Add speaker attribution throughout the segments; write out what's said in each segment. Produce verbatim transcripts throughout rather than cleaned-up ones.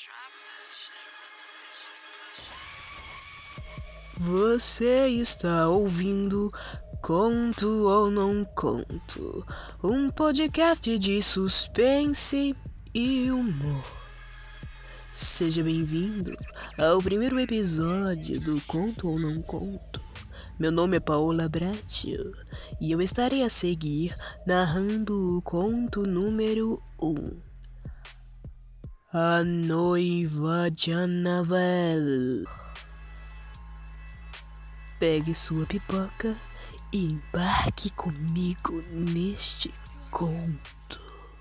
Speaker 1: Você está ouvindo Conto ou Não Conto, um podcast de suspense e humor. Seja bem-vindo ao primeiro episódio do Conto ou Não Conto. Meu nome é Paola Bratio e eu estarei a seguir narrando o conto número um. A Noiva de Annabelle. Pegue sua pipoca e embarque comigo neste conto.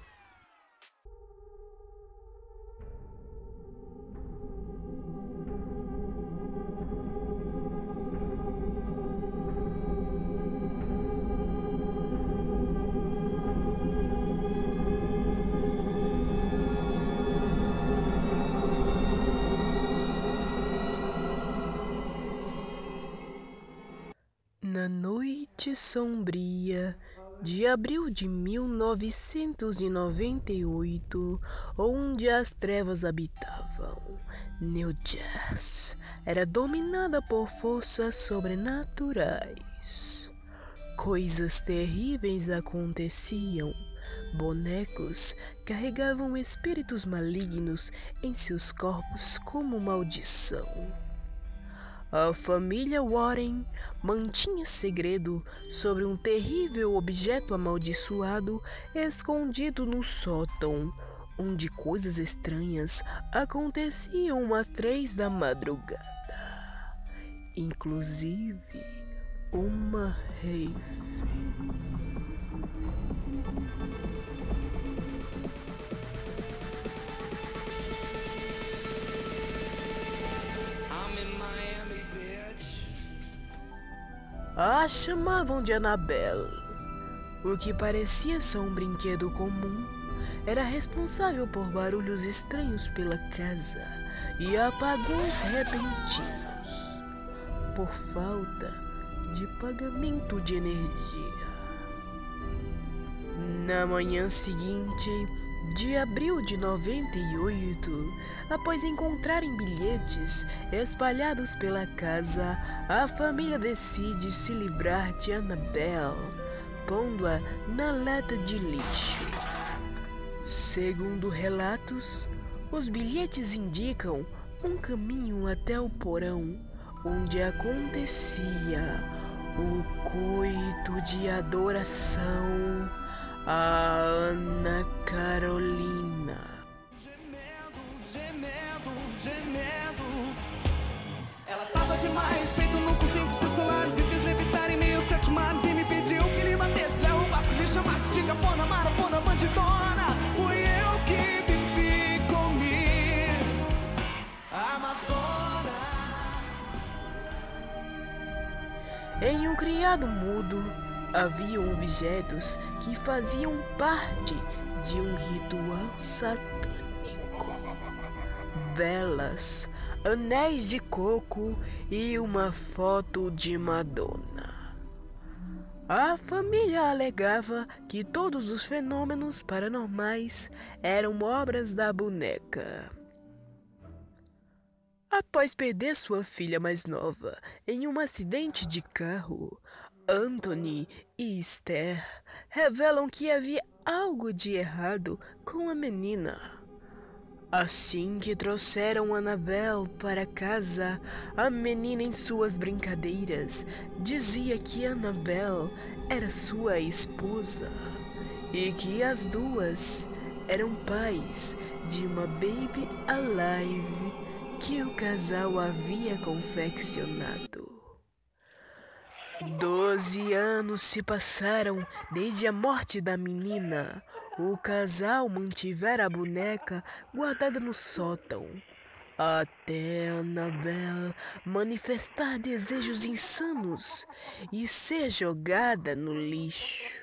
Speaker 1: Na noite sombria de abril de mil novecentos e noventa e oito, onde as trevas habitavam, New Jersey era dominada por forças sobrenaturais. Coisas terríveis aconteciam. Bonecos carregavam espíritos malignos em seus corpos como maldição. A família Warren mantinha segredo sobre um terrível objeto amaldiçoado escondido no sótão, onde coisas estranhas aconteciam às três da madrugada, inclusive uma rave. A chamavam de Annabelle. O que parecia ser um brinquedo comum era responsável por barulhos estranhos pela casa e apagões repentinos, por falta de pagamento de energia. Na manhã seguinte, de abril de noventa e oito, após encontrarem bilhetes espalhados pela casa, a família decide se livrar de Annabelle, pondo-a na lata de lixo. Segundo relatos, os bilhetes indicam um caminho até o porão, onde acontecia o coito de adoração a Ana Carolina.
Speaker 2: Gemendo, gemendo, gemendo. Ela tava demais, peito no com cinco, seus colares. Me fez levitar em meio sete mares e me pediu que lhe batesse, lhe arrombasse, lhe chamasse de cafona, marafona, bandidona. Fui eu que bebi, comi a Madonna.
Speaker 1: Em um criado mudo, haviam objetos que faziam parte de um ritual satânico. Velas, anéis de coco e uma foto de Madonna. A família alegava que todos os fenômenos paranormais eram obras da boneca. Após perder sua filha mais nova em um acidente de carro, Anthony e Esther revelam que havia algo de errado com a menina. Assim que trouxeram Annabelle para casa, a menina em suas brincadeiras dizia que Annabelle era sua esposa e que as duas eram pais de uma baby alive que o casal havia confeccionado. Doze anos se passaram desde a morte da menina. O casal mantivera a boneca guardada no sótão, até Annabelle manifestar desejos insanos e ser jogada no lixo.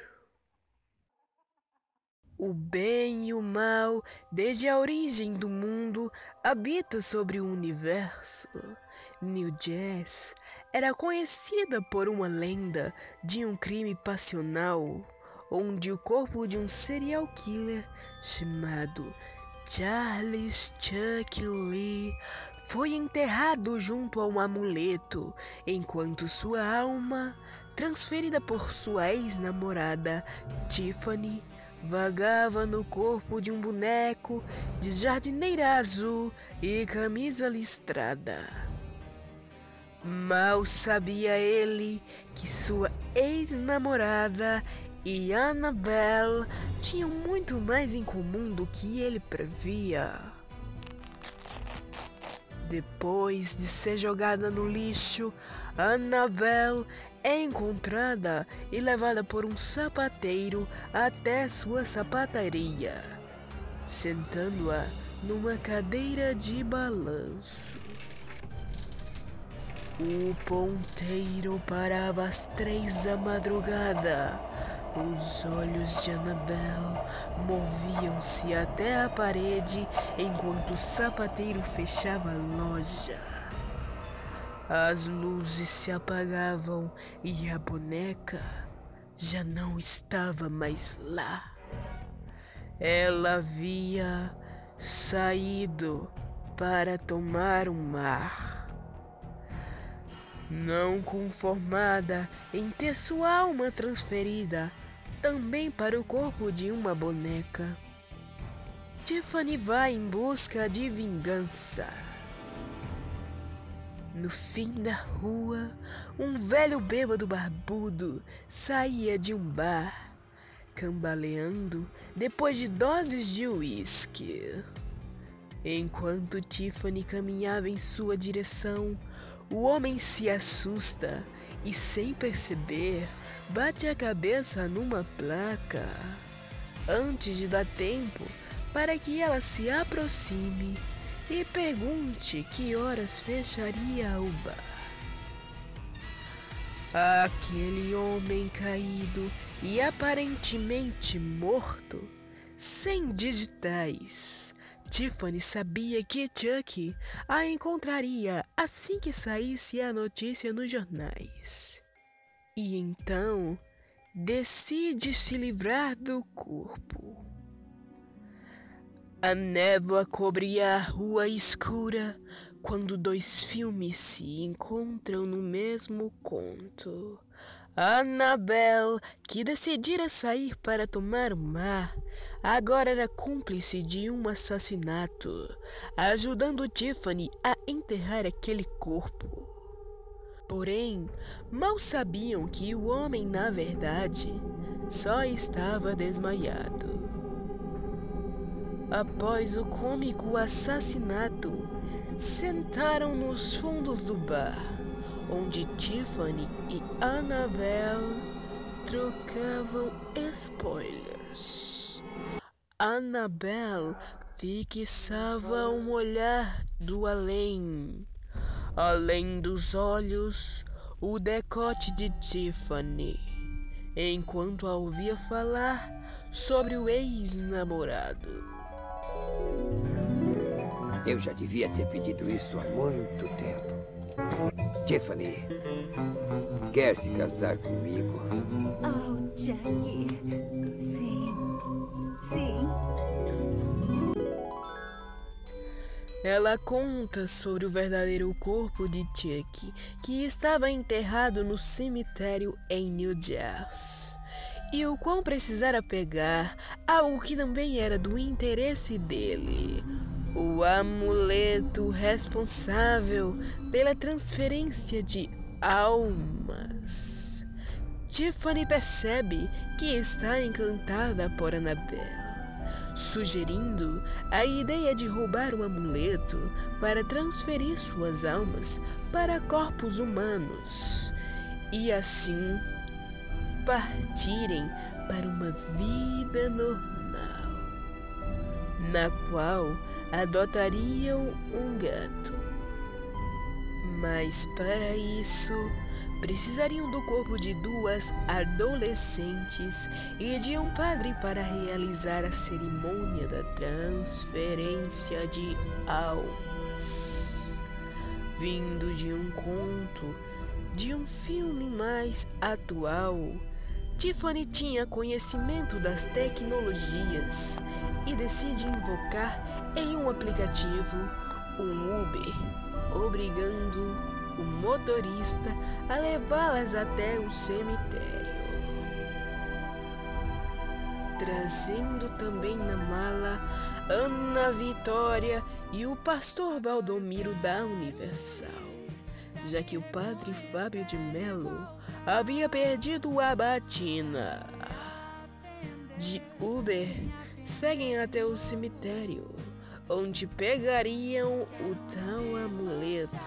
Speaker 1: O bem e o mal, desde a origem do mundo, habita sobre o universo. New Jersey era conhecida por uma lenda de um crime passional, onde o corpo de um serial killer chamado Charles Chuck Lee foi enterrado junto a um amuleto, enquanto sua alma, transferida por sua ex-namorada Tiffany, vagava no corpo de um boneco de jardineira azul e camisa listrada. Mal sabia ele que sua ex-namorada e Annabelle tinham muito mais em comum do que ele previa. Depois de ser jogada no lixo, Annabelle é encontrada e levada por um sapateiro até sua sapataria, sentando-a numa cadeira de balanço. O ponteiro parava às três da madrugada. Os olhos de Annabelle moviam-se até a parede enquanto o sapateiro fechava a loja. As luzes se apagavam e a boneca já não estava mais lá. Ela havia saído para tomar um mar. Não conformada em ter sua alma transferida também para o corpo de uma boneca, Tiffany vai em busca de vingança. No fim da rua, um velho bêbado barbudo saía de um bar, cambaleando depois de doses de uísque. Enquanto Tiffany caminhava em sua direção, o homem se assusta e, sem perceber, bate a cabeça numa placa, antes de dar tempo para que ela se aproxime e pergunte que horas fecharia o bar. Aquele homem caído e aparentemente morto, sem digitais, Tiffany sabia que Chuck a encontraria assim que saísse a notícia nos jornais. E então decide se livrar do corpo. A névoa cobria a rua escura quando dois filmes se encontram no mesmo conto. Annabelle, que decidira sair para tomar o mar, agora era cúmplice de um assassinato, ajudando Tiffany a enterrar aquele corpo. Porém, mal sabiam que o homem, na verdade, só estava desmaiado. Após o cômico assassinato, sentaram nos fundos do bar, onde Tiffany e Annabelle trocavam spoilers. Annabelle fixava um olhar do além. Além dos olhos, o decote de Tiffany, enquanto a ouvia falar sobre o ex-namorado.
Speaker 3: Eu já devia ter pedido isso há muito tempo. Tiffany, quer se casar comigo?
Speaker 4: Oh, Chuck. Sim. Sim.
Speaker 1: Ela conta sobre o verdadeiro corpo de Chuck, que estava enterrado no cemitério em New Jersey, e o quão precisara pegar algo que também era do interesse dele: o amuleto responsável pela transferência de almas. Tiffany percebe que está encantada por Annabelle, sugerindo a ideia de roubar o amuleto para transferir suas almas para corpos humanos e assim partirem para uma vida normal, na qual adotariam um gato. Mas para isso, precisariam do corpo de duas adolescentes e de um padre para realizar a cerimônia da transferência de almas. Vindo de um conto, de um filme mais atual, Tiffany tinha conhecimento das tecnologias e decide invocar em um aplicativo, um Uber, obrigando o motorista a levá-las até o cemitério, trazendo também na mala Ana Vitória e o pastor Valdomiro da Universal, já que o padre Fábio de Melo havia perdido a batina. De Uber, seguem até o cemitério, onde pegariam o tal amuleto.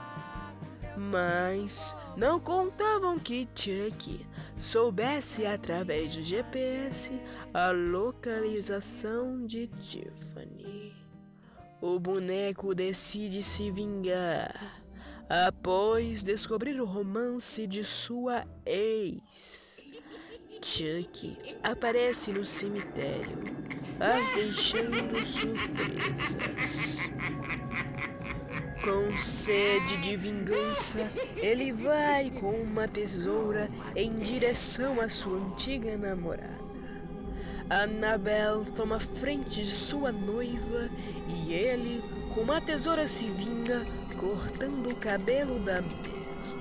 Speaker 1: Mas não contavam que Chuck soubesse através do G P S a localização de Tiffany. O boneco decide se vingar após descobrir o romance de sua ex. Chuck aparece no cemitério, as deixando surpresas. Com sede de vingança, ele vai com uma tesoura em direção à sua antiga namorada. Annabelle toma frente de sua noiva e ele, com uma tesoura, se vinga, cortando o cabelo da mesma.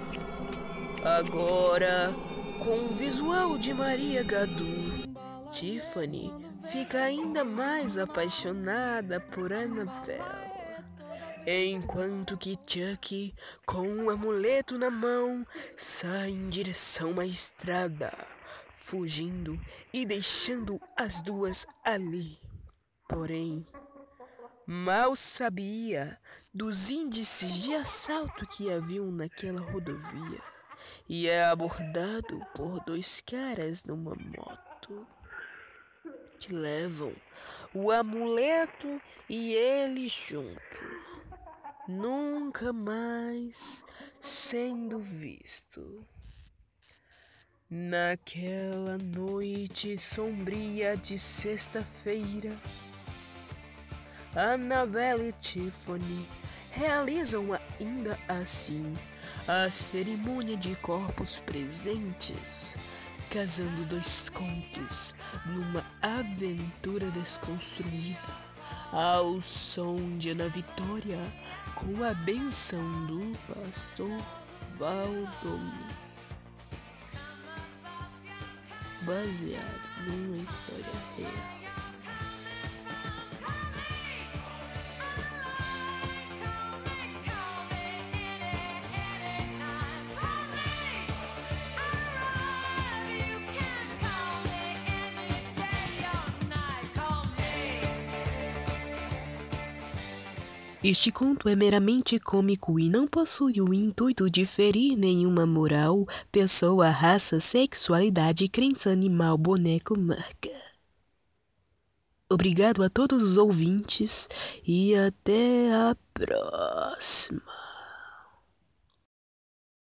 Speaker 1: Agora, com o visual de Maria Gadu, Tiffany fica ainda mais apaixonada por Annabelle, enquanto que Chuck, com um amuleto na mão, sai em direção à estrada, fugindo e deixando as duas ali. Porém, mal sabia dos índices de assalto que haviam naquela rodovia e é abordado por dois caras numa moto que levam o amuleto e ele junto, nunca mais sendo visto. Naquela noite sombria de sexta-feira, Annabelle e Tiffany realizam ainda assim a cerimônia de corpos presentes, casando dois contos numa aventura desconstruída, ao som de Ana Vitória, com a benção do pastor Valdomiro, baseado numa história real. Este conto é meramente cômico e não possui o intuito de ferir nenhuma moral, pessoa, raça, sexualidade, crença animal, boneco, marca. Obrigado a todos os ouvintes e até a próxima.